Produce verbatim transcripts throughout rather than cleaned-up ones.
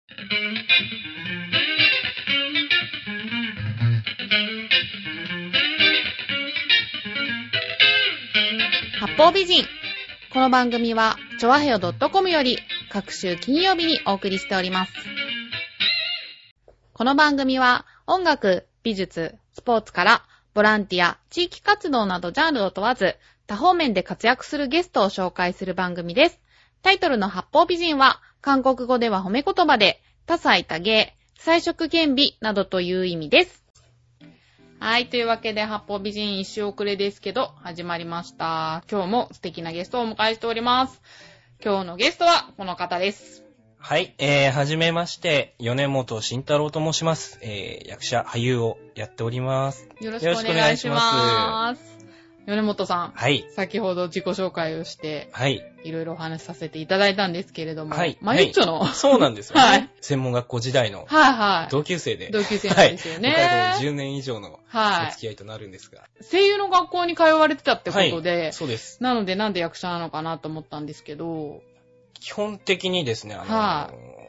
八方美人。この番組はチョアヘヨ .com より各週金曜日にお送りしております。この番組は音楽、美術、スポーツからボランティア、地域活動などジャンルを問わず多方面で活躍するゲストを紹介する番組です。タイトルの八方美人は韓国語では褒め言葉で多彩多芸、彩色兼備などという意味です。はい。というわけで、八方美人一周遅れですけど、始まりました。今日も素敵なゲストをお迎えしております。今日のゲストはこの方です。 はい。えー、はじめまして、米本慎太郎と申します。えー、役者、俳優をやっております。 よろしくお願いします。米本さん。 はい。 先ほど自己紹介をして、 はい。 いろいろお話しさせていただいたんですけれども、 はい。 マユッチョの、 はい、そうなんですよね。はい。専門学校時代の、 はいはい。 同級生で。 同級生なんですよね。 はい。北海道じゅうねん以上の、 はい。 お付き合いとなるんですが。 声優の学校に通われてたってことで、 はい、そうです。 なのでなんで役者なのかなと思ったんですけど、 基本的にですね、あの、 はい、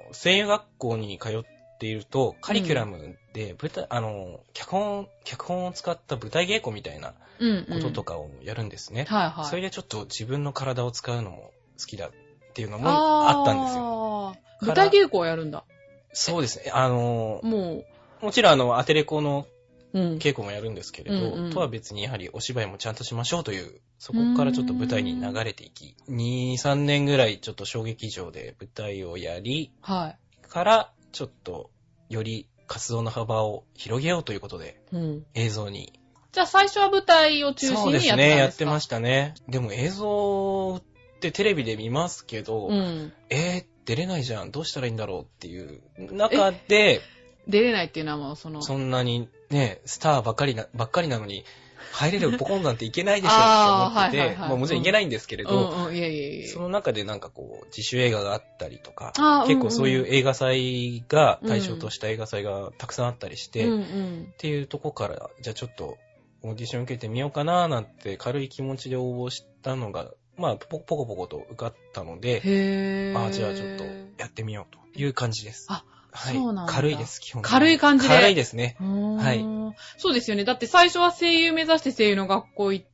声優学校に通っていると、カリキュラムで舞台、うん、あの、脚本、脚本を使った舞台稽古みたいなこととかをやるんですね。 うんうん、はいはい。 それでちょっと自分の体を使うのも好きだっていうのもあったんですよ。 舞台稽古をやるんだ。 そうですね。あの、 もう、もちろんあの、アテレコの稽古もやるんですけれど、 うんうん、 とは別にやはりお芝居もちゃんとしましょうという、そこからちょっと舞台に流れていき、に、さんねんぐらいちょっと小劇場で舞台をやり、 はい。 からちょっとより活動の幅を広げようということで、うん、映像に。 じゃあ最初は舞台を中心にやってたんですか？そうですね、 やってましたね。でも映像ってテレビで見ますけど、うん、えー、出れないじゃん、どうしたらいいんだろうっていう中で、 出れないっていうのはもうその、 そんなにね、スターばっかりな、ばっかりなのに、入れるポコンなんていけないでしょって思ってて、はいはいはい、まあもちろんいけないんですけれど、 うんうん、いやいやいやその中でなんかこう、自主映画があったりとか、結構そういう映画祭が、対象とした映画祭がたくさんあったりして、うんうん、っていうとこから、じゃあちょっとオーディション受けてみようかななんて軽い気持ちで応募したのが、まあポコポコと受かったので、 へー、 ああ、じゃあちょっとやってみようという感じです。 あ、 はい、 そうなんだ。 軽いです、基本的に。 軽い感じで。 軽いですね。はい。 そうですよね。だって最初は声優目指して声優の学校行って、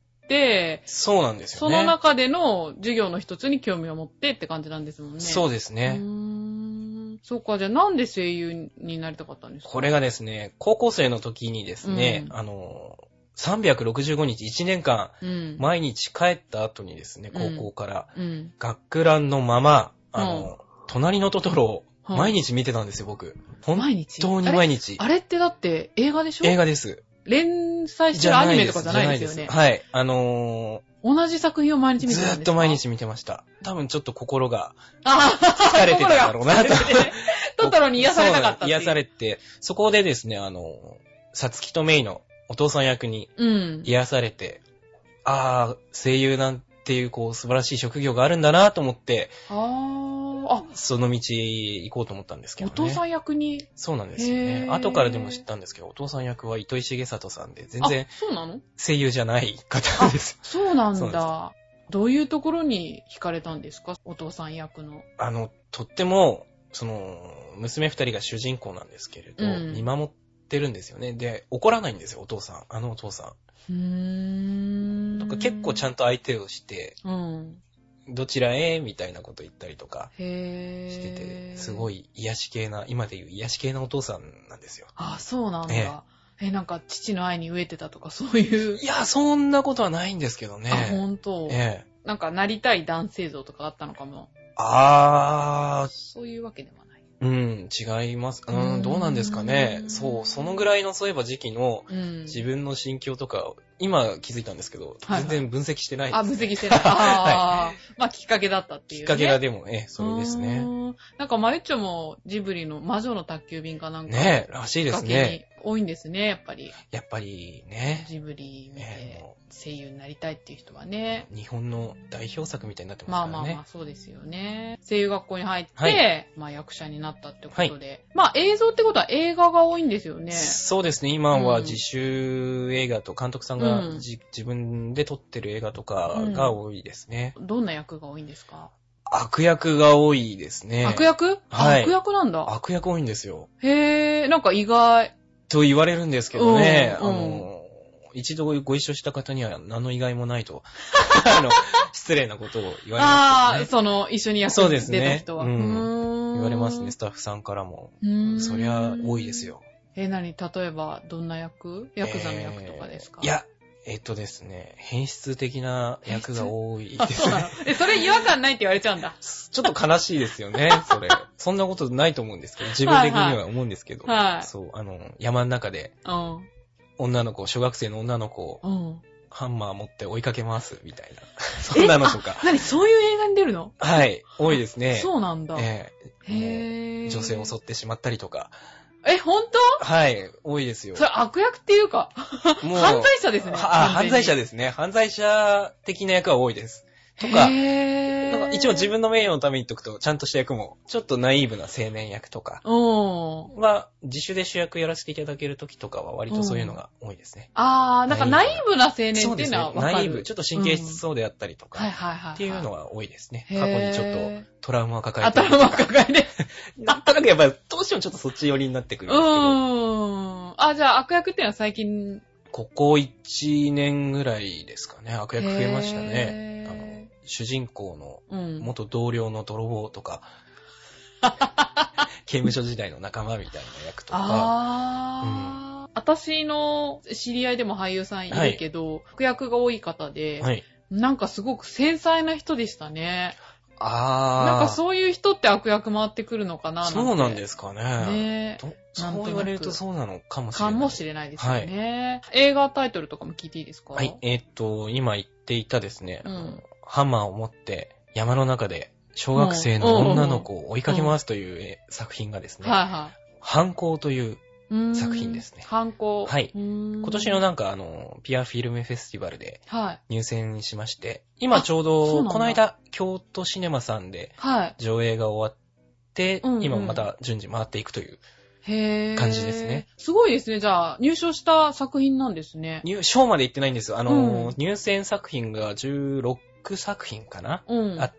そうなんですよね。 その中での授業の一つに興味を持ってって感じなんですもんね。 そうですね。 うーん、そうか、じゃあなんで声優になりたかったんですか？ これがですね、高校生の時にですね、うん、あの、さんびゃくろくじゅうごにちいちねんかん、うん、毎日帰った後にですね、高校から、うん、学ランのまま、あの、うん、隣のトトロを毎日見てたんですよ、僕。本当に毎日。 あれ、あれってだって映画でしょ？ 映画です。 連載してるアニメとかじゃないですよね。 はい。あのー、同じ作品を毎日見てたんですか？ ずーっと毎日見てました。多分ちょっと心が疲れてたんだろうなと。 トトロに癒されたかったっていう。 癒されて、そこでですね、あの、サツキとメイのお父さん役に癒されて、うん、ああ、声優なんていうこう素晴らしい職業があるんだなと思って、ああ、その道行こうと思ったんですけどね。 お父さん役に？ そうなんですよね。後からでも知ったんですけど、お父さん役は糸井重里さんで、全然、 そうなの？ 声優じゃない方です。 そうなんだ。どういうところに惹かれたんですか？お父さん役の。 あの、とっても、その、娘二人が主人公なんですけれど、うん、見守ってるんですよね。で、怒らないんですよ、お父さん。あのお父さん。うーん。とか結構ちゃんと相手をして、うん、どちらへみたいなこと言ったりとかしてて、すごい癒し系な、今でいう癒し系なお父さんなんですよ。 あ、そうなんだ。ええ、えなんか父の愛に飢えてたとかそういう。 いや、そんなことはないんですけどね。 あ、ほんと。 ええ。 なんかなりたい男性像とかあったのかも。 あー。 そういうわけではない。 うん、違います。うん、どうなんですかね。そう、そのぐらいのそういえば時期の自分の心境とか、今気づいたんですけど、はいはい、全然分析してないです、ね。 あ、分析してない。あ、はい、まあきっかけだったっていう、ね。 きっかけがでもね、それですね。 なんかマユッチョもジブリの魔女の宅急便かなんか。 ね、らしいですね。 多いんですね、やっぱり。 やっぱりね。 ジブリ見て声優になりたいっていう人はね。 日本の代表作みたいになってますからね。 まあまあまあ、そうですよね。声優学校に入って、はい、まあ役者になったってことで。はい、まあ映像ってことは映画が多いんですよね。 そうですね。今は自主映画と監督さんが、うん、自分で撮ってる映画とかが多いですね。 うん、どんな役が多いんですか？ 悪役が多いですね。 悪役？はい。悪役なんだ。 悪役多いんですよ。 へー、なんか意外。 と言われるんですけどね、うん、あの、一度ご一緒した方には何の意外もないと、あの、失礼なことを言われますけどね。ああ、その、一緒に役に出た人は。 そうですね。うん。言われますね、スタッフさんからも。そりゃ多いですよ。 え、何？例えば、どんな役？ヤクザの役とかですか？ えー、いや、えっとですね、変質的な役が多いですね。 え、それ違和感ないって言われちゃうんだ。 ちょっと悲しいですよね、それ。そんなことないと思うんですけど、自分的には思うんですけど。はいはい、そう、あの、山の中で、うん、女の子、小学生の女の子を、うん、ハンマー持って追いかけますみたいな。そんなのとか。 何そういう映画に出るの？ はい、多いですね。 そうなんだ。 えー、へー。女性を襲ってしまったりとか。 え、ほんと？ はい、多いですよ。 それ悪役っていうか、もう犯罪者ですね。 あ、犯罪者ですね。犯罪者的な役は多いです。とか、なんか一応自分の名誉のために言っとくと、ちゃんとした役も、ちょっとナイーブな青年役とかは、自主で主役やらせていただけるときとかは割とそういうのが多いですね。 あー、なんかナイーブな青年っていうのは分かる。そうですね。 ナイーブ、ちょっと神経質そうであったりとか、っていうのは多いですね。過去にちょっとトラウマを抱えてる。 トラウマを抱えて。 なんとなくやっぱりどうしてもちょっとそっち寄りになってくるんですけど。うーん。あ、じゃあ悪役っていうのは最近？ ここいちねんぐらいですかね。悪役増えましたね。あの主人公の元同僚の泥棒とか、うん、刑務所時代の仲間みたいな役とか。 あ、うん、私の知り合いでも俳優さんいるけど、はい、悪役が多い方で、はい、なんかすごく繊細な人でしたね。ああ。なんかそういう人って悪役回ってくるのかななんて。 そうなんですかね。ねえ。そう言われるとそうなのかもしれない。 かもしれないですよね。はい、映画タイトルとかも聞いていいですか？ はい。えー、っと、今言っていたですね、うん、ハンマーを持って山の中で小学生の女の子を追いかけ回すという作品がですね、はいはい、反抗という作品ですね。 反抗。 はい。今年のなんかあの、ピアフィルムフェスティバルで入選しまして、はい、今ちょうど、この間、京都シネマさんで上映が終わって、はい、今また順次回っていくという感じですね。 すごいですね。じゃあ、入賞した作品なんですね。 入賞まで行ってないんですよ。あの、うん、入選作品がじゅうろくさく品かな、うん、あって、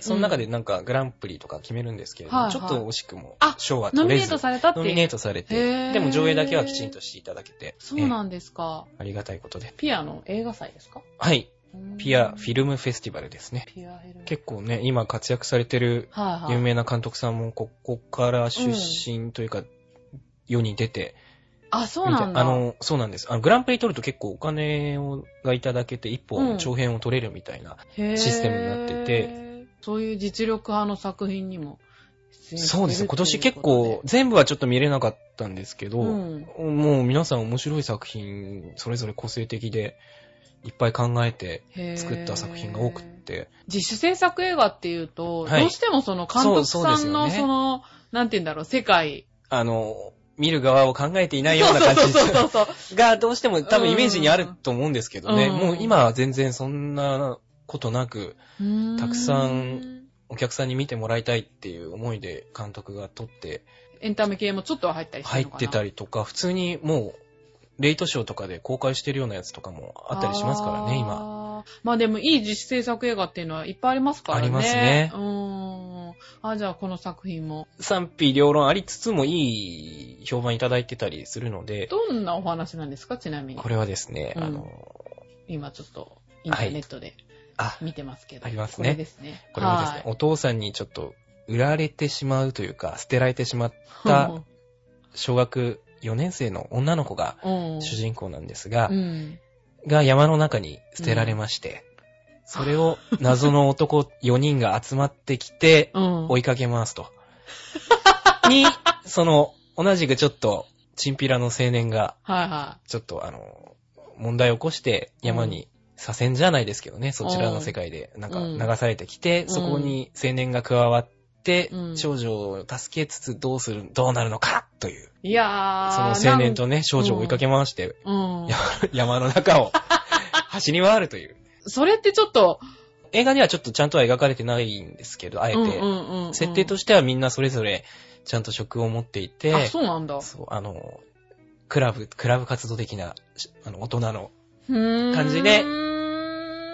その中でなんかグランプリとか決めるんですけれども、うん、ちょっと惜しくも賞は取れず、ノミネートされたって。ノミネートされて、でも上映だけはきちんとしていただけて。 そうなんですか。 ありがたいことで。 ピアの映画祭ですか？ はい。ピアフィルムフェスティバルですね。ピアフィルム。結構ね、今活躍されてる有名な監督さんもここから出身というか、うん、世に出て、 あ、そうなんだ。 あの、そうなんです。あの、グランプリ取ると結構お金をがいただけて一本長編を取れるみたいなシステムになってて、うん、 そういう実力派の作品にも出演してる。そうですね。今年結構全部はちょっと見れなかったんですけど、うん、もう皆さん面白い作品、それぞれ個性的で、いっぱい考えて作った作品が多くって。 自主制作映画っていうと、はい、どうしてもその監督さんのその、ね、なんて言うんだろう、世界。 あの、見る側を考えていないような感じがどうしても多分イメージにあると思うんですけどね。うん、もう今は全然そんなことなく、たくさんお客さんに見てもらいたいっていう思いで監督が撮って。 エンタメ系もちょっとは入ったりしてるのかな？ 入ってたりとか、普通にもう、レイトショーとかで公開してるようなやつとかもあったりしますからね、今。 まあでもいい自主制作映画っていうのはいっぱいありますからね。 ありますね。 うーん。あ、じゃあこの作品も。 賛否両論ありつつもいい評判いただいてたりするので。 どんなお話なんですか、ちなみに。 これはですね、うん、あの、 今ちょっとインターネットで見てますけど。 はい、ありますね。 これですね。 これはですね、お父さんにちょっと売られてしまうというか、捨てられてしまった小学よねん生の女の子が主人公なんですが、うん、が山の中に捨てられまして、うん、それを謎の男よにんが集まってきて追いかけ回すと。うん、に、その同じくちょっとチンピラの青年が、ちょっとあの、問題を起こして山に左遷じゃないですけどね、そちらの世界でなんか流されてきて、そこに青年が加わって、で、うん、少女を助けつつどうする、どうなるのかという。 いやー。その青年とね、少女を追いかけ回して、うん、山の中を走り回るという。 それってちょっと、 映画ではちょっとちゃんとは描かれてないんですけど、あえて、うんうんうんうん、設定としてはみんなそれぞれちゃんと職を持っていて、 あ、そうなんだ。 そう、あの、クラブ、クラブ活動的な、あの、大人の感じで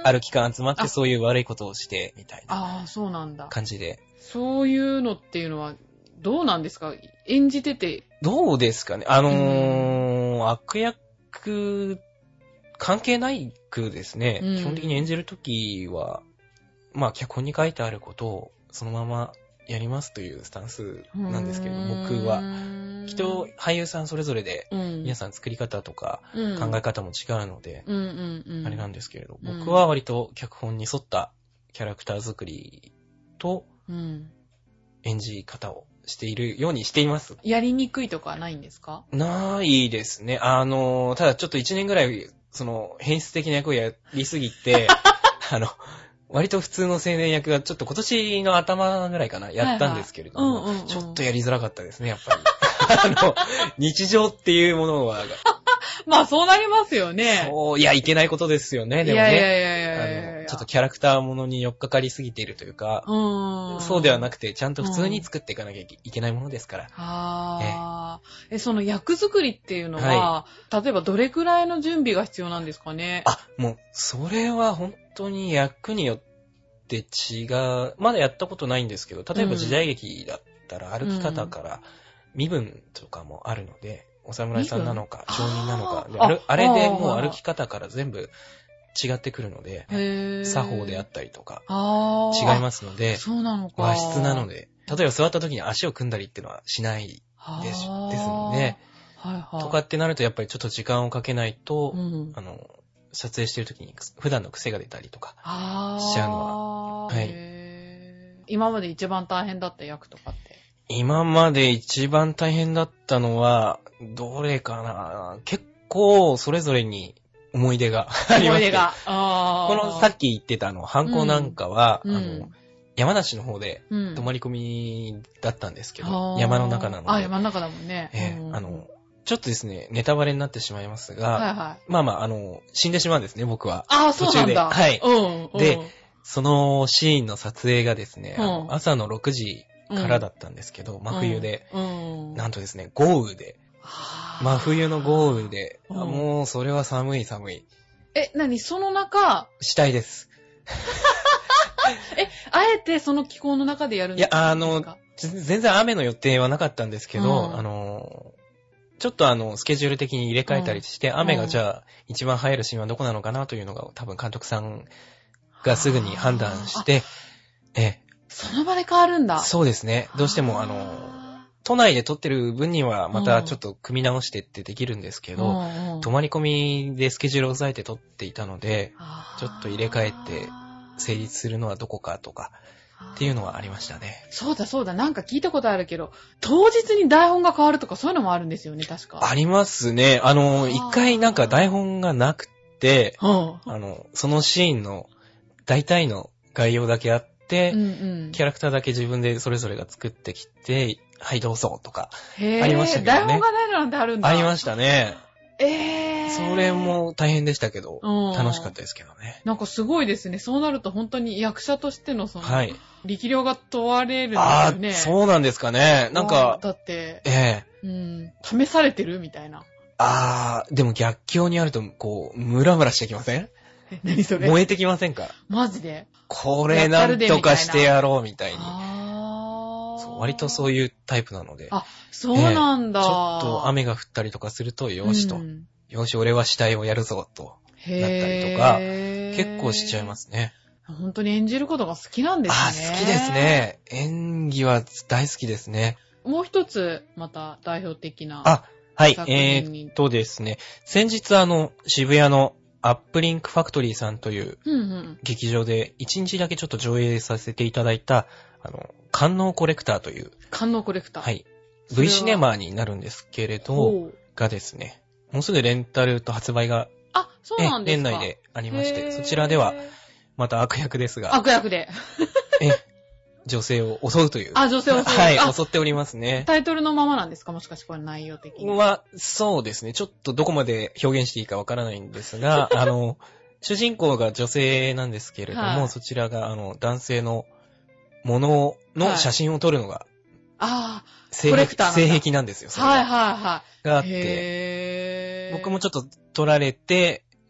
ある期間集まってそういう悪いことをして、みたいな。 ああ、そうなんだ。 感じで。 そういうのっていうのは、どうなんですか？演じてて。 どうですかね。あのー、うん、悪役、関係ないくですね、うん、基本的に演じるときは、まあ、脚本に書いてあることをそのままやりますというスタンスなんですけれど、僕は。きっと俳優さんそれぞれで、皆さん作り方とか考え方も違うので、あれなんですけれど、僕は割と脚本に沿ったキャラクター作りと演じ方をしているようにしています。 やりにくいとかはないんですか？ ないですね。あの、ただちょっといちねんぐらい、その、変質的な役をやりすぎて、あの、割と普通の青年役がちょっと今年の頭ぐらいかな、やったんですけれども、はいはいうんうんうん、ちょっとやりづらかったですね、やっぱり。あの、日常っていうものは。 まあそうなりますよね。 そう、いや、いけないことですよね、でもね。 いやいやいやいやいやあのちょっとキャラクターものに寄っかかりすぎているというか、うそうではなくて、ちゃんと普通に作っていかなきゃいけないものですから。 あええ、その役作りっていうのは、はい、例えばどれくらいの準備が必要なんですかね？ あ、もう、それは本当に役によって違う。まだやったことないんですけど、例えば時代劇だったら歩き方から身分とかもあるので、お侍さんなのか、町人なのかであれ、あれでもう歩き方から全部違ってくるので、作法であったりとか、違いますので、 そうなのか。 和室なので、例えば座った時に足を組んだりっていうのはしないです、ですので、はいはい、とかってなるとやっぱりちょっと時間をかけないと、うん、あの、撮影してる時に普段の癖が出たりとかしちゃうのは、はい。 今まで一番大変だった役とかって？ 今まで一番大変だったのは、どれかな？結構それぞれに思い出がありまして。思い出が。あこのさっき言ってたあの、犯行なんかは、うん、あの、山梨の方で泊まり込みだったんですけど、うん、山の中なので。 あ、山の中だもんね。 えーうん、あの、ちょっとですね、ネタバレになってしまいますが、はいはい、まあまあ、あの、死んでしまうんですね、僕は。 ああ、そうなんだ。 はい。うんうん、で、そのシーンの撮影がですね、うん、あの朝のろくじからだったんですけど、うん、真冬で、うんうん、なんとですね、豪雨で、真冬の豪雨で、うん、もうそれは寒い寒い。 え、なにその中死体です。 え、あえてその気候の中でやるんですか？ いや、あの、全然雨の予定はなかったんですけど、うん、あの、ちょっとあの、スケジュール的に入れ替えたりして、うん、雨がじゃあ、一番入るシーンはどこなのかなというのが、多分監督さんがすぐに判断して、え、 その場で変わるんだ。 そうですね。どうしてもあの、都内で撮ってる分にはまたちょっと組み直してってできるんですけど、うんうん、泊まり込みでスケジュールを抑えて撮っていたので、ちょっと入れ替えて成立するのはどこかとかっていうのはありましたね。 そうだそうだ、なんか聞いたことあるけど、当日に台本が変わるとかそういうのもあるんですよね、確か。 ありますね。あの、一回なんか台本がなくて、あの、そのシーンの大体の概要だけあって、うんうん、キャラクターだけ自分でそれぞれが作ってきて、はい、どうぞとか。ありましたけどね。 台本がないのなんてあるんだ。 ありましたね。 えー。 それも大変でしたけど、楽しかったですけどね。 なんかすごいですね。そうなると本当に役者としてのその、はい、力量が問われるんですよね。 あ、そうなんですかね。なんか、 だって、 ええー、うん、試されてるみたいな。 あー、でも逆境にあると、こう、ムラムラしてきません？ え、何それ？ 燃えてきませんか？ マジで？ これなんとかしてやろうみたいに。そう割とそういうタイプなので。 あ、そうなんだ。 えー、ちょっと雨が降ったりとかすると、よしと。うん、よし、俺は死体をやるぞ、と。なったりとか、結構しちゃいますね。 本当に演じることが好きなんですね。 あ、好きですね。演技は大好きですね。 もう一つ、また代表的な。 あ、はい。えー、っとですね。先日あの、渋谷のアップリンクファクトリーさんという劇場で一日だけちょっと上映させていただいた、あの、官能コレクターという。 官能コレクター。 はい。V シネマになるんですけれど、がですね、もうすぐレンタルと発売が、 あ、そうなんですか。 年内でありまして、そちらでは、また悪役ですが。 悪役で。 え、女性を襲うという。 あ、女性を襲う。 はい、襲っておりますね。 タイトルのままなんですか？もしかしてこれ内容的に。 は、そうですね。ちょっとどこまで表現していいかわからないんですが、あの、主人公が女性なんですけれども、はい、そちらが、あの、男性のものの写真を撮るのが、はい、 ああ、 性癖、性癖なんですよ、それが。 はいはいはい。 があって、僕もちょっと撮られて、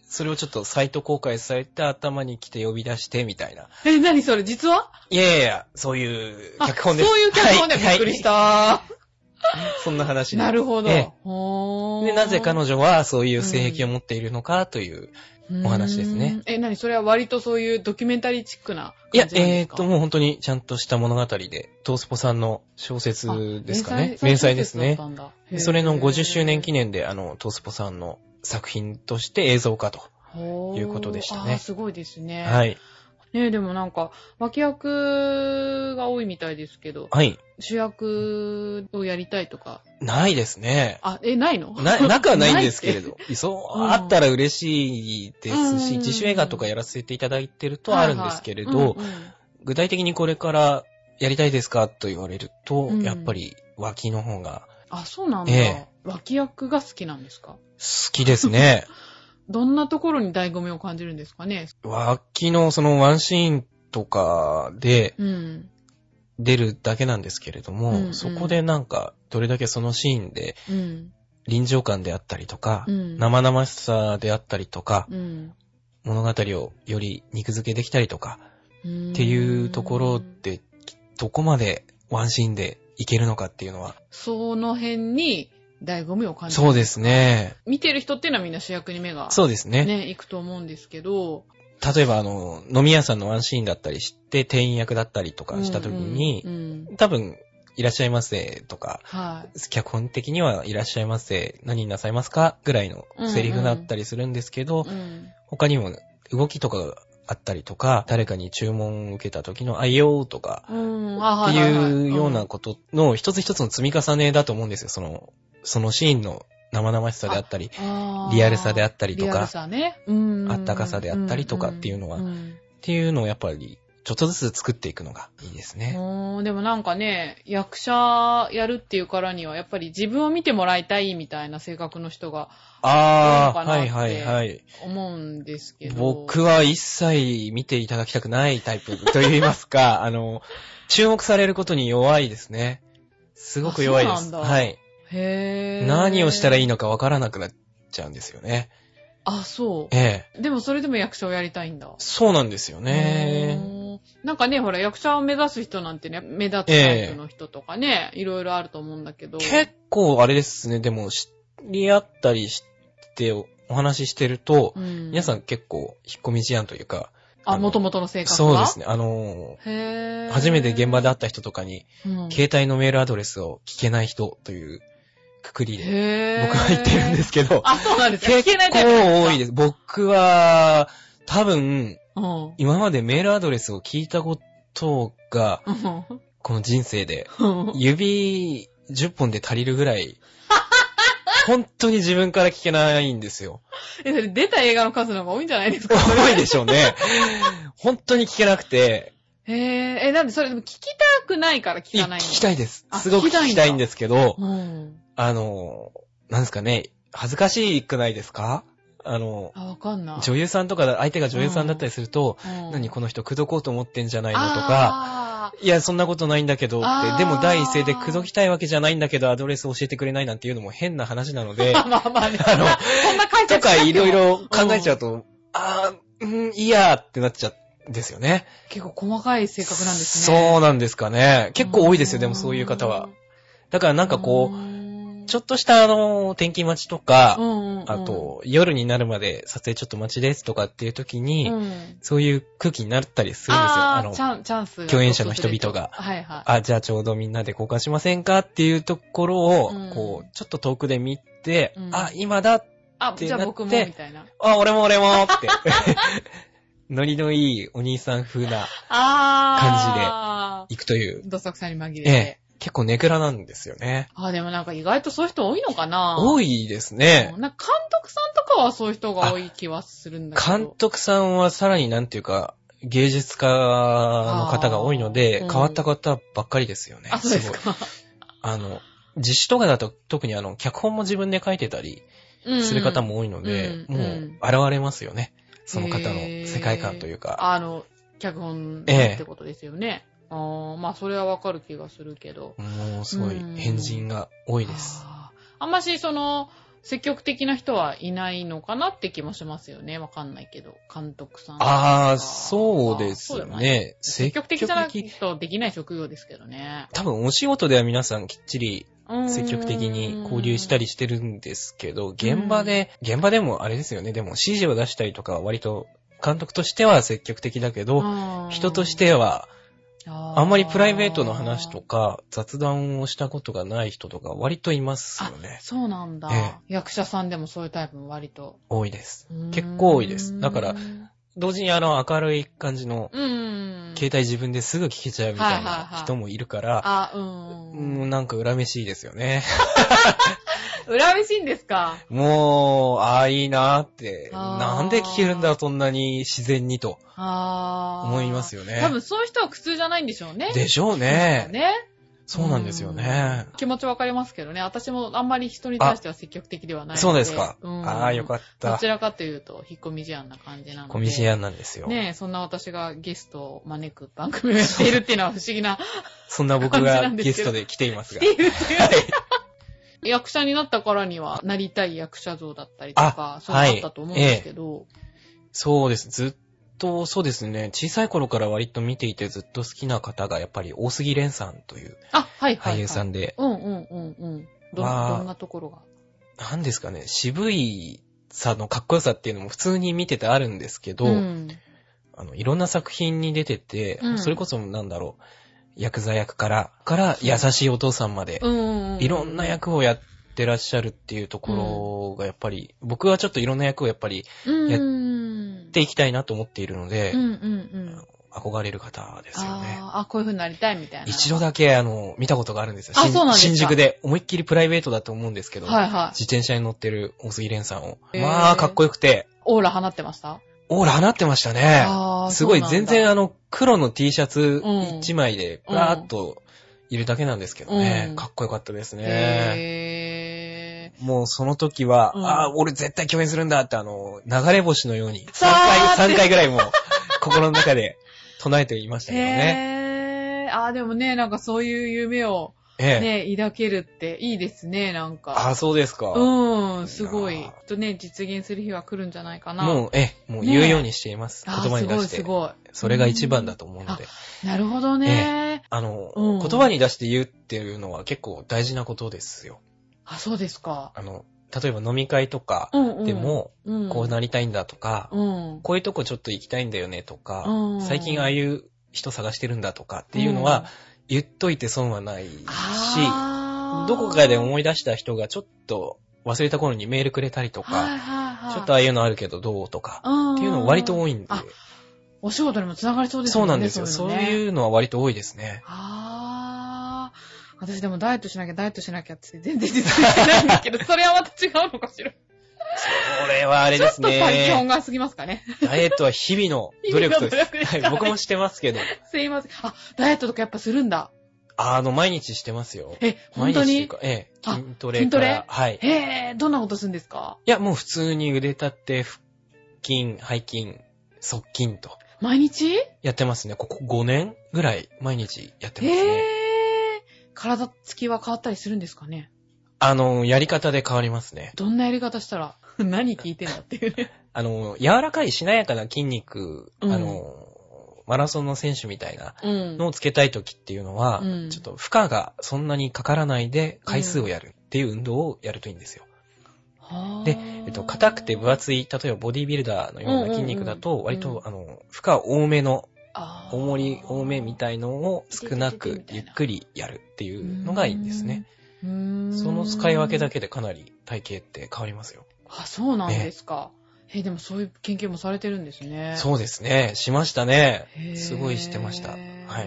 それをちょっとサイト公開されて頭に来て呼び出してみたいな。 え、何それ実はいやいやいや、そういう脚本です。 そういう脚本でびっくりした。はい、 そんな話で。 なるほど。 ええ、で、なぜ彼女はそういう性癖を持っているのかというお話ですね。 え、何それは割とそういうドキュメンタリーチックな感じなんですか？いや、 えー、っと、もう本当にちゃんとした物語で、トースポさんの小説ですかね。連載ですね。それのごじゅっしゅうねん記念で、あの、トースポさんの作品として映像化ということでしたね。 あ、すごいですね。 はい。 ねえ、でもなんか、脇役が多いみたいですけど、 はい。 主役をやりたいとか。 ないですね。 あ、え、ないの？ な、なくはないんですけれど。そう、うん、あったら嬉しいですし、自主映画とかやらせていただいてるとあるんですけれど、はいはいうんうん、具体的にこれからやりたいですかと言われると、うん、やっぱり脇の方が。 あ、そうなんだ。えー、脇役が好きなんですか？好きですね。 どんなところに醍醐味を感じるんですかね？ 脇のそのワンシーンとかで出るだけなんですけれども、うんうん、そこでなんかどれだけそのシーンで臨場感であったりとか、うん、生々しさであったりとか、うん、物語をより肉付けできたりとかっていうところでどこまでワンシーンでいけるのかっていうのはその辺に醍醐味を感じる。 そうですね。 見てる人っていうのはみんな主役に目が。 そうですね。 ね、行くと思うんですけど。 例えばあの、飲み屋さんのワンシーンだったりして、店員役だったりとかした時に、うんうんうん、多分、いらっしゃいませとか、はい、脚本的にはいらっしゃいませ、何なさいますかぐらいのセリフだったりするんですけど、うんうん、他にも動きとかがあったりとか、誰かに注文を受けた時のあいよーとか、うん、っていうようなことの一つ一つの積み重ねだと思うんですよ、その、そのシーンの生々しさであったり、リアルさであったりとか、リアルさね、うん、あったかさであったりとかっていうのは、うんうん、っていうのをやっぱりちょっとずつ作っていくのがいいですね。 でもなんかね、役者やるっていうからにはやっぱり自分を見てもらいたいみたいな性格の人が多いのかなって思うんですけど。 僕は一切見ていただきたくないタイプと言いますか、あの、注目されることに弱いですね。すごく弱いです。そうなんだ。はい。へー。何をしたらいいのかわからなくなっちゃうんですよね。 あ、そう。 ええ。 でもそれでも役者をやりたいんだ。 そうなんですよね。 なんかね、ほら、役者を目指す人なんてね、目立つタイプの人とかね、ええ、いろいろあると思うんだけど。 結構あれですね、でも知り合ったりしてお話ししてると、うん、皆さん結構引っ込み思案というか、 あ、元々の性格はそうですね。あのー、初めて現場で会った人とかに、うん、携帯のメールアドレスを聞けない人というくくりで、僕は言ってるんですけど、 あ、そうなんですか。 結構多いです。僕は、多分、うん、今までメールアドレスを聞いたことが、うん、この人生で、指じゅっぽんで足りるぐらい、本当に自分から聞けないんですよ。 え、それ出た映画の数の方が多いんじゃないですか？ 多いでしょうね。本当に聞けなくて。 へえ、え、なんでそれでも聞きたくないから聞かないの？ 聞きたいです。すごく聞きたいんですけど、うん、あの、なんですかね、恥ずかしくないですか？あの、 あ、わかんない。 女優さんとか、相手が女優さんだったりすると、うん、何この人口説こうと思ってんじゃないのとか、いや、そんなことないんだけどって、でも第一声で口説きたいわけじゃないんだけど、アドレス教えてくれないなんていうのも変な話なので、 まあまあね。あの、そんな解釈とかいろいろ考えちゃうと、うん、あー、うん、いいやーってなっちゃうんですよね。 結構細かい性格なんですね。 そうなんですかね。結構多いですよ、でもそういう方は。だからなんかこう、ちょっとしたあの、転勤待ちとか、うんうんうん、あと、夜になるまで撮影ちょっと待ちですとかっていう時に、うん、そういう空気になったりするんですよ。あの、 チャン、チャンス。 共演者の人々が。はいはい。あ、じゃあちょうどみんなで交換しませんかっていうところを、うん、こう、ちょっと遠くで見て、うん、あ、今だってなって、あ、じゃあ僕もみたいな。あ、俺も俺もって。ノリのいいお兄さん風な感じで行くという。 どさくさに紛れて。 ええ。結構ネクラなんですよね。 あ、でもなんか意外とそういう人多いのかな？ 多いですね。 なんか監督さんとかはそういう人が多い気はするんだけど。 監督さんはさらになんていうか、芸術家の方が多いので、うん、変わった方ばっかりですよね。 あ、そうですか。 あの、自主とかだと特にあの、脚本も自分で書いてたりする方も多いので、うんうん、もう現れますよね。その方の世界観というか。 あの、脚本ってことですよね。ええ、ああ、まあそれはわかる気がするけど。 もうすごい変人が多いです。 あ, あんましその積極的な人はいないのかなって気もしますよね。わかんないけど。監督さん。 ああ、そうですね。 積極的じゃないとできない職業ですけどね。 多分お仕事では皆さんきっちり積極的に交流したりしてるんですけど、現場で、現場でもあれですよね。でも指示を出したりとかは割と監督としては積極的だけど、人としては、あんまりプライベートの話とか雑談をしたことがない人とか割といますよね。 そうなんだ、ええ。役者さんでもそういうタイプも割と。 多いです。結構多いです。だから、同時にあの明るい感じの、携帯自分ですぐ聞けちゃうみたいな人もいるから、あ、うん、うん、なんか恨めしいですよね。 恨めしいんですか？ もう、ああ、いいなーって、なんで聞けるんだろう、そんなに自然にと、思いますよね。 多分そういう人は苦痛じゃないんでしょうね。 でしょうね。ね。そうなんですよね。 気持ちわかりますけどね。私もあんまり人に対しては積極的ではないので。 そうですか。うん、ああ、よかった。 どちらかというと、引っ込み思案な感じなので。引っ込み思案なんですよ。 ねえ、そんな私がゲストを招く番組をやっているっていうのは不思議な。 そんな僕がゲストで来ていますが。 来ているっていう。はい。役者になったからには、なりたい役者像だったりとか、そうなったと思うんですけど。はいええ、 そうです。ずっと、そうですね。小さい頃から割と見ていてずっと好きな方がやっぱり大杉蓮さんという俳優さんで。 うんうんうんうん。ど、まあ、どんなところがなんですかね。渋いさのかっこよさっていうのも普通に見ててあるんですけど、うん、あの、いろんな作品に出てて、うん、それこそなんだろう。ヤクザ役から、から優しいお父さんまで、いろんな役をやってらっしゃるっていうところがやっぱり、うん、僕はちょっといろんな役をやっぱりやっていきたいなと思っているので、うんうんうん、憧れる方ですよね。 ああ、こういう風になりたいみたいな。 一度だけあの、見たことがあるんですよ。あ、そうなんですか。新宿で、思いっきりプライベートだと思うんですけど、はいはい、自転車に乗ってる大杉蓮さんを。まあ、かっこよくて。 オーラ放ってました？ オーラ放ってましたね。すごい、全然あの、黒の T シャツ一枚で、プラーっといるだけなんですけどね。うん、かっこよかったですね。へー。もうその時は、うん、ああ、俺絶対共演するんだって、あの、流れ星のように、さんかい、さんかいぐらいも、心の中で唱えていましたけどね。 へー。ああ、でもね、なんかそういう夢を、ええ、ね、抱けるっていいですね、なんか。 あ、そうですか。 うん、すごい。きっとね、実現する日は来るんじゃないかな。 もう、え、もう言うようにしています。ね、言葉に出して。 すごい、すごい。 それが一番だと思うので。 なるほどね。 ええ、あの、うん、言葉に出して言うっていうのは結構大事なことですよ。 あ、そうですか。 あの、例えば飲み会とかでも、うんうん、こうなりたいんだとか、うん、こういうとこちょっと行きたいんだよねとか、うん、最近ああいう人探してるんだとかっていうのは、言っといて損はないし、どこかで思い出した人がちょっと忘れた頃にメールくれたりとか、はいはいはい、ちょっとああいうのあるけどどうとか、っていうの割と多いんで。 お仕事にもつながりそうですね。 そうなんですよ。そういうのね。そういうのは割と多いですね。 あー。私でもダイエットしなきゃ、ダイエットしなきゃって全然実現してないんだけど、それはまた違うのかしら。 それはあれですね。 ちょっと最強が過ぎますかね。 ダイエットは日々の努力とです。ですはい、僕もしてますけど。 すいません。あ、ダイエットとかやっぱするんだ。 あの、毎日してますよ。 え、本当に？毎日かええ、筋トレから。 筋トレ？ はい。 へぇー、どんなことするんですか？ いや、もう普通に腕立て、腹筋、背筋、側筋と。 毎日？ やってますね。ここごねんぐらい毎日やってますね。へー。 体つきは変わったりするんですかね？ あの、やり方で変わりますね。 どんなやり方したら何聞いてんだっていうね。 あの、柔らかいしなやかな筋肉、うん、あの、マラソンの選手みたいなのをつけたいときっていうのは、うん、ちょっと負荷がそんなにかからないで回数をやるっていう運動をやるといいんですよ。うん、で、えっと、硬くて分厚い、例えばボディビルダーのような筋肉だと、割と、うん、あの、負荷多めの、重り多めみたいのを少なくゆっくりやるっていうのがいいんですね。うーん、その使い分けだけでかなり体型って変わりますよ。 あ、そうなんですか。え、でもそういう研究もされてるんですね。 そうですね。しましたね。すごいしてました。はい。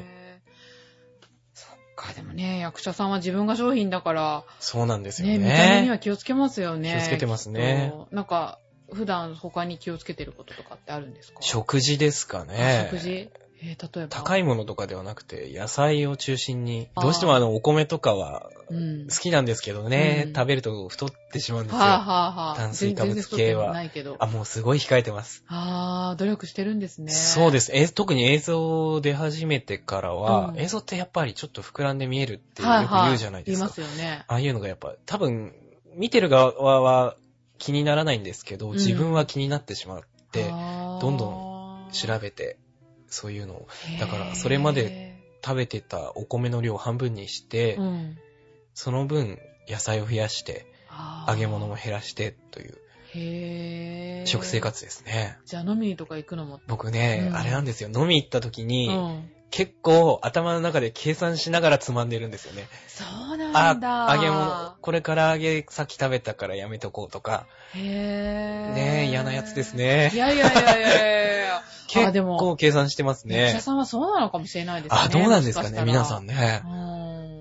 そっか、でもね、役者さんは自分が商品だから。 そうなんですよね。 ね、見た目には気をつけますよね。 気をつけてますね。 なんか、普段他に気をつけてることとかってあるんですか？ 食事ですかね。 食事？えー、例えば高いものとかではなくて野菜を中心に、どうしてもあのお米とかは好きなんですけどね、うん、食べると太ってしまうんですよ。はあはあはあ、炭水化物系は。ないけどあ、もうすごい控えてます。 ああ、努力してるんですね。 そうです。え特に映像出始めてからは、うん、映像ってやっぱりちょっと膨らんで見えるってよく言うじゃないですか。 はいはい、言いますよね。 ああいうのがやっぱ多分見てる側は気にならないんですけど、 うん自分は気になってしまって、 あーどんどん調べて、そういうのを。だからそれまで食べてたお米の量を半分にして、 うん、 その分野菜を増やして、揚げ物も減らしてというへー食生活ですね。 じゃあ飲みにとか行くのも僕ね、 うん、 あれなんですよ。飲み行った時に、 うん、 結構頭の中で計算しながらつまんでるんですよね。 そうなんだ。 あ、揚げ物、これから揚げさっき食べたからやめとこうとか。 へー。 ねえ、嫌なやつですね。 いやいやいやいやいや結構計算してますね。 役者さんはそうなのかもしれないですね。 あ、どうなんですかね、皆さんね。 うん、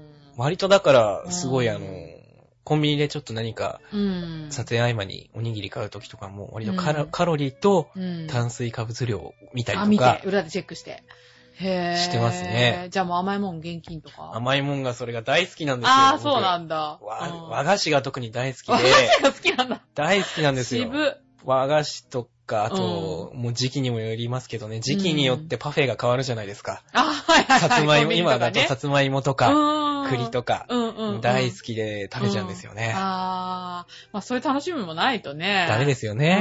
割とだから、すごいあの、コンビニでちょっと何か、撮影合間におにぎり買うときとかも、割とカロ、うん、カロリーと炭水化物量を見たりとか。あ、 見て、裏でチェックして。へー。 してますね。 じゃあもう甘いもん現金とか。 甘いもんがそれが大好きなんですよ。 ああ、そうなんだ。 和, 和菓子が特に大好きで。 和菓子が好きなんだ。 大好きなんですよ。 渋。 和菓子とか、あと、うん、もう時期にもよりますけどね、時期によってパフェが変わるじゃないですか。 うん、あ、はいはいはい。 さつまいも、今だとさつまいもとか、栗とか、 うんうんうん、 大好きで食べちゃうんですよね。 うん、ああ、まあそういう楽しみもないとね。 ダメですよね。 うん。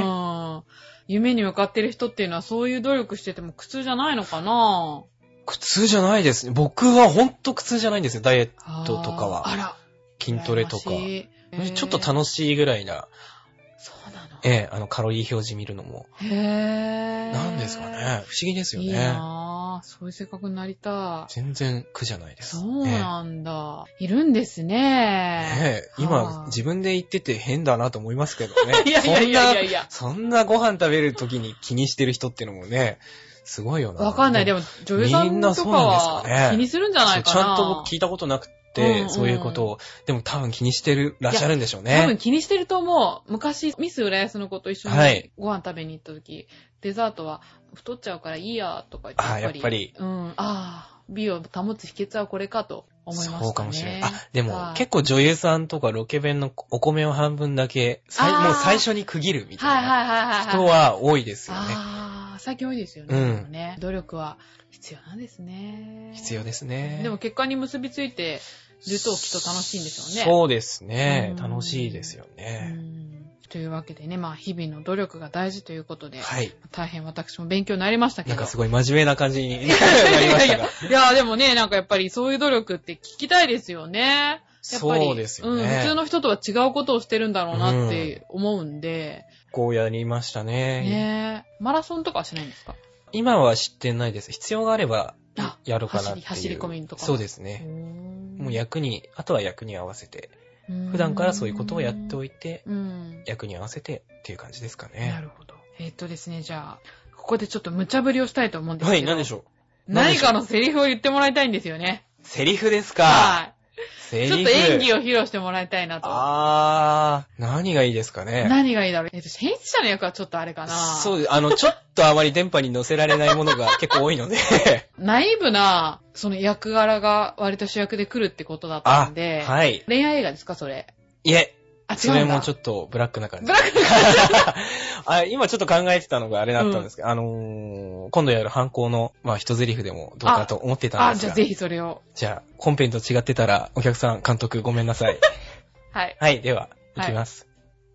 夢に向かってる人っていうのはそういう努力してても苦痛じゃないのかな？ 苦痛じゃないですね。僕はほんと苦痛じゃないんですよ、ダイエットとかは。 あら。 筋トレとか。ちょっと楽しいぐらいな。 そうなの？ ええ、あの、カロリー表示見るのも。 へぇー。 なんですかね。不思議ですよね。 いいなぁ。そういう性格になりたい。 全然苦じゃないです。 そうなんだ。ね、いるんですね。 ねえ、今、自分で言ってて変だなと思いますけどね。 いやいやいやいやいや。 そんな、そんなご飯食べるときに気にしてる人っていうのもね、すごいよな。 わかんない。でも、女優さんとかは気にするんじゃないかな。 ちゃんと僕聞いたことなくて。うんうん、そういうことを、でも多分気にしてるらっしゃるんでしょうね。 多分気にしてると思う。昔、ミス浦安の子と一緒にご飯食べに行った時、はい、デザートは太っちゃうからいいや、とか言って。 ああ、やっぱり。 うん。ああ、美を保つ秘訣はこれかと思いましたね。 そうかもしれない。あ、でも、はい、結構女優さんとかロケ弁のお米を半分だけ、もう最初に区切るみたいな人は多いですよね。 ああ、最近多いですよね。うん、ね。努力は必要なんですね。 必要ですね。 でも結果に結びついて、るときっと楽しいんでしょうね。 そうですね。楽しいですよね。 うんというわけでね、まあ日々の努力が大事ということで、 はい、 大変私も勉強になりましたけど。 なんかすごい真面目な感じになりましたが。 いや、でもね、なんかやっぱりそういう努力って聞きたいですよね。やっぱりそうですよね、 うん。普通の人とは違うことをしてるんだろうなって思うんで。 うん、こうやりましたね。 ねマラソンとかはしないんですか？ 今は知ってないです。必要があればやろうかなっていう。 走り、走り込みとか。 そうですね。もう役に、あとは役に合わせて、普段からそういうことをやっておいて、役に合わせてっていう感じですかね。 なるほど。えー、っとですね、じゃあ、ここでちょっと無茶ぶりをしたいと思うんですけど。 はい、何でしょう。 何かのセリフを言ってもらいたいんですよね。 セリフですか？ はい。 セリフ。 ちょっと演技を披露してもらいたいなと。 あー、何がいいですかね。 何がいいだろう。えっと、編集者の役はちょっとあれかな。 そう、あの、ちょっとあまり電波に乗せられないものが結構多いので。 ナイーブな、その役柄が割と主役で来るってことだったんで。 はい。 恋愛映画ですか、それ。 いえ。 あ、違うそれもちょっとブラックな感じ。 ブラックな感じあ、今ちょっと考えてたのがあれだったんですけど、うん、あのー、今度やる犯行の、まあ、一台詞でもどうかと思ってたんですが。 あ、じゃあぜひそれを。 じゃあ、本編と違ってたら、お客さん、監督ごめんなさい。 はい。 はい、では、いきます。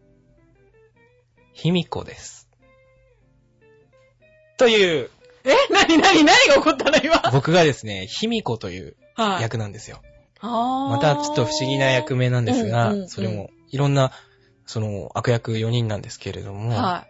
ひみこです。という。 え、なになに何が起こったの今。 僕がですね、ひみこという役なんですよ。はいまたちょっと不思議な役名なんですが、うんうんうん、それもいろんな、その悪役よにんなんですけれども、はい、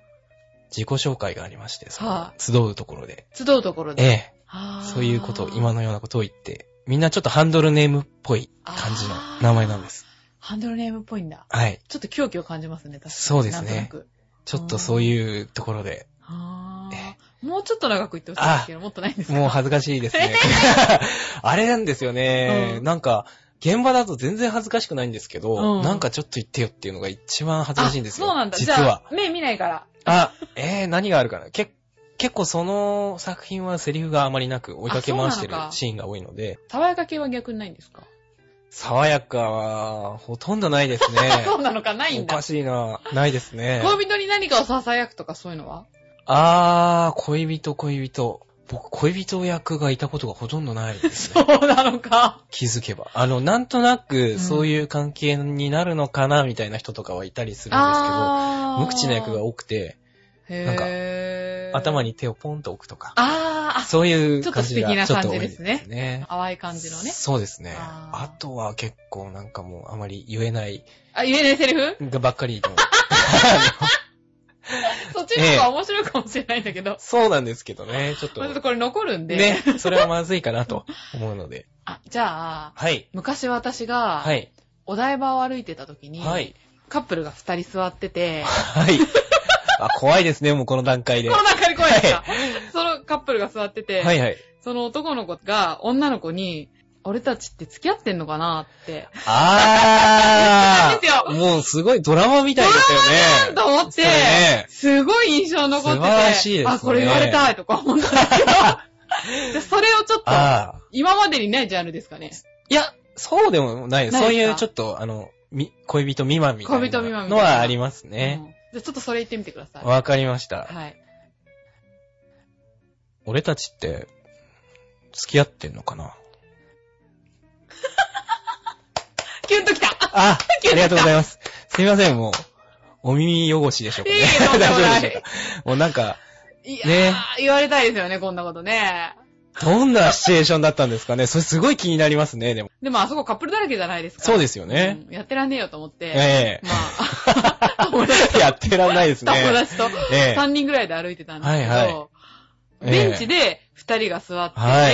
自己紹介がありまして、はい、集うところで。 集うところで。 ええ。そういうことを、今のようなことを言って、みんなちょっとハンドルネームっぽい感じの名前なんです。 ハンドルネームっぽいんだ。 はい。 ちょっと狂気を感じますね、確かに。 そうですね。ちょっとそういうところで。 もうちょっと長く言ってほしいんですけど、もっとないんですか？ もう恥ずかしいですね。あれなんですよね、うん。なんか、現場だと全然恥ずかしくないんですけど、うん、なんかちょっと言ってよっていうのが一番恥ずかしいんですよ。 そうなんだ。 実は。 じゃあ、目見ないから。 あ、えー、何があるかな。け結構その作品はセリフがあまりなく追いかけ回してるシーンが多いので。 爽やか系は逆にないんですか？ 爽やかは、ほとんどないですね。 そうなのか、ないんだ。 おかしいな。ないですね。 恋人に何かを囁くとかそういうのは？ あー、恋人恋人。 僕、恋人役がいたことがほとんどないですね。 そうなのか。 気づけば。あの、なんとなく、そういう関係になるのかな、みたいな人とかはいたりするんですけど、無口な役が多くて、なんか、頭に手をポンと置くとか。 ああ、 そういう感じがちょっと多いですね。 ちょっと素敵な感じですね。淡い感じのね。 そうですね。あ, あとは結構なんかもうあまり言えない。 あ、言えないセリフがばっかりの。 そっちの方が面白いかもしれないんだけど。ええ、 そうなんですけどね。ちょっと。 ちょっとこれ残るんで。 ね。それはまずいかなと思うので。 あ、じゃあ、 はい。 昔私が、はい。お台場を歩いてた時に、はい。カップルが二人座ってて、 はい。あ、怖いですね、もうこの段階で。 この段階で怖いですか、はい、そのカップルが座ってて、 はいはい。 その男の子が女の子に、俺たちって付き合ってんのかなって。 あー。もうすごいドラマみたいですよね。 ドラマと思って、ね、すごい印象残ってて。 素晴らしいですね。 あ、これ言われたいとか思ったんですけど。でそれをちょっと、今までにないジャンルですかね。 いや、そうでもない。ないそういうちょっと、あの、み恋人未満みたいなのはありますね。うん、 じゃあちょっとそれ言ってみてください。 わかりました。 はい。 俺たちって、付き合ってんのかなキュンときた。 あ、ありがとうございます。すみません、もう、お耳汚しでしょうかね。 いい大丈夫でしょうか。もうなんか、 いやー、ね、言われたいですよね、こんなことね。 どんなシチュエーションだったんですかね。それすごい気になりますね、でも。 でもあそこカップルだらけじゃないですか。 そうですよね。 うん、やってらんねえよと思って。 ええまあ、友達と。 やってらんないですね。 友達とさんにんぐらいで歩いてたんですけど、はいはい、ベンチでふたりが座ってて、はい、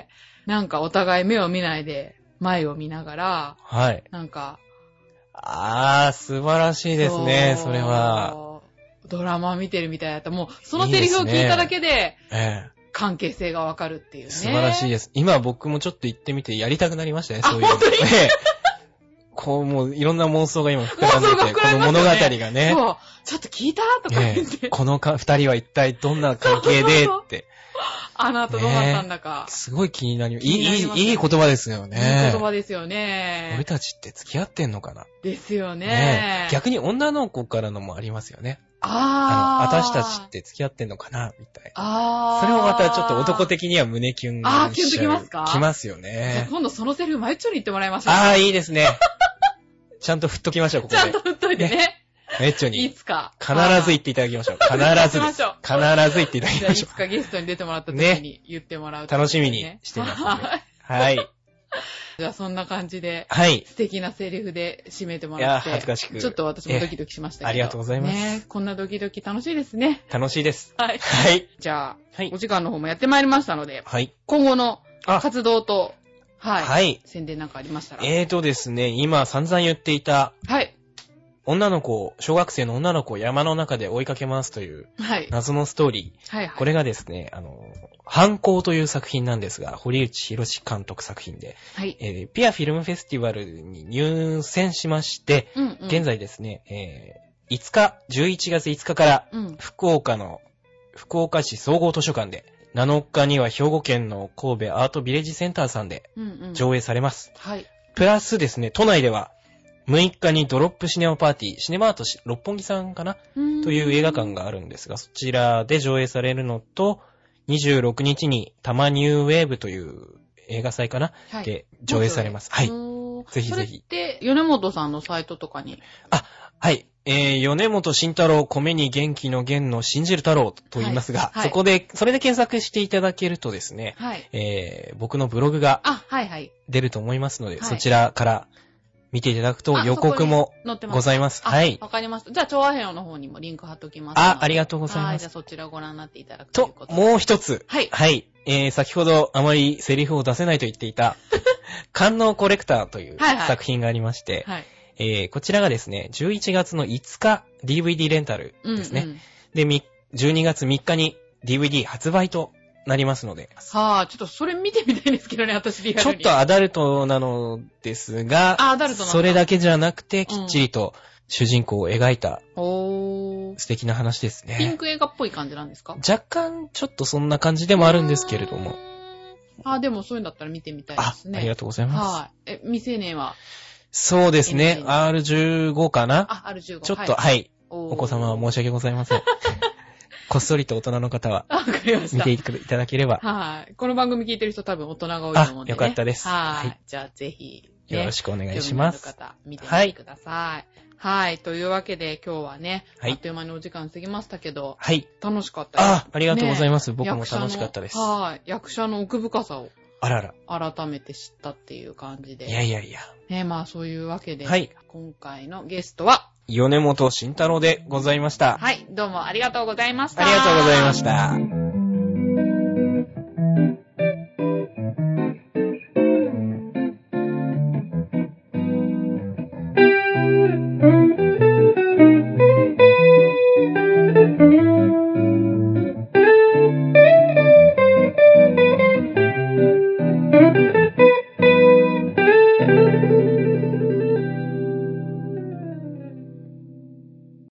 なんかお互い目を見ないで前を見ながら、 はい、 なんか、 あー、素晴らしいですね、それは。 ドラマ見てるみたいだった。もう、そのセリフを聞いただけで、いいですね、ええ、関係性がわかるっていうね。 素晴らしいです。今僕もちょっと行ってみてやりたくなりましたね、そういうの。 本当に、 ね、こう、もういろんな妄想が今膨らんでて、ね、この物語がね。 そう。ちょっと聞いたとか言って。 ね、このか二人は一体どんな関係でって。 あの後どうなったんだか。 ね、すごい気になります。いい、いい、いい言葉ですよね。 いい言葉ですよね。 俺たちって付き合ってんのかな。 ですよね。 ね、逆に女の子からのもありますよね。 ああの、私たちって付き合ってんのかなみたいな。ああ。それもまたちょっと男的には胸キュンがしちゃう。 ああ、キュンときますか？ きますよね。 じゃあ今度そのセリフマユッチョに言ってもらいましょう。 ああ、いいですね。ちゃんと振っときましょう、ここで。 ちゃんと振っといてね。ね、 マユッチョに。 いつか。 必ず言っていただきましょう。必ずです。必ず言っていただきましょう。 じゃあいつかゲストに出てもらった時に言ってもらう、ね。 楽しみにしていますので。はい。 じゃあそんな感じで、 はい。 素敵なセリフで締めてもらって。 いや、恥ずかしく。 ちょっと私もドキドキしましたけど。 ありがとうございます。 ね、こんなドキドキ楽しいですね。 楽しいです。 はい。 はい。 じゃあ、はい、お時間の方もやってまいりましたので、 はい。 今後の活動と、はい。 はい。 宣伝なんかありましたら。 えーとですね、今散々言っていた、 はい。 女の子を、小学生の女の子を山の中で追いかけますという、はい。謎のストーリー。はいはい。これがですね、あの、反抗という作品なんですが、堀内博史監督作品で、はい。えー、ピアフィルムフェスティバルに入選しまして、うんうん、現在ですね、えー、いつか、じゅういちがついつかから、うん、福岡の、福岡市総合図書館で、なのかには兵庫県の神戸アートビレッジセンターさんで上映されます。うんうん、はい。プラスですね、都内では、むいかにドロップシネマパーティー、シネマート六本木さんかなという映画館があるんですが、そちらで上映されるのと、にじゅうろくにちにタマニューウェーブという映画祭かな、はい、で上映されます。はい。ぜひぜひ。 それって、米本さんのサイトとかに。 あ、はい。えー、米本慎太郎、米に元気の元の信じる太郎と言いますが、はいはい、そこで、それで検索していただけるとですね、はい、えー、僕のブログが出ると思いますので、はいはい、そちらから見ていただくと予告もございます。はい。 わかりました。じゃあ、調和編の方にもリンク貼っときます。 あ、ありがとうございます。はい。 じゃあ、そちらをご覧になっていただくということと、もう一つ。 はい。 はい。えー、先ほどあまりセリフを出せないと言っていた、官能コレクターという作品がありまして、はいはい、えー、こちらがですね、じゅういちがつのいつか ディーブイディー レンタルですね。うんうん、で、じゅうにがつみっかに ディーブイディー 発売となりますので。 はあ、ちょっとそれ見てみたいんですけどね、私リアルに。 ちょっとアダルトなのですが、 あ、アダルトなのそれだけじゃなくて、きっちりと主人公を描いた、素敵な話ですね。 ピンク映画っぽい感じなんですか？ 若干、ちょっとそんな感じでもあるんですけれども。 あ、でもそういうんだったら見てみたいですね。 あ、ありがとうございます。 はい。え、未成年はそうですね。アールじゅうご かな？ あ、アールじゅうご。 ちょっと、はい。はい、お子様は申し訳ございません。 こっそりと大人の方は、 わかりました。 見ていただければ。 はい。この番組聞いてる人多分大人が多いと思うんで、ね。 あ、よかったです。 はい。 はい、 じゃあぜひ、 ね、よろしくお願いします。 興味のある方、見てみてください。はい。はい。というわけで今日はね、はい、あっという間にお時間過ぎましたけど、 はい。 楽しかったです。 あ、ありがとうございます。ね、僕も楽しかったです。 はい。役者の奥深さを。 あらら。改めて知ったっていう感じで。 いやいやいや。 ね、まあそういうわけで、 はい。 今回のゲストは、 米本慎太郎でございました。 はい。どうもありがとうございました。 ありがとうございました。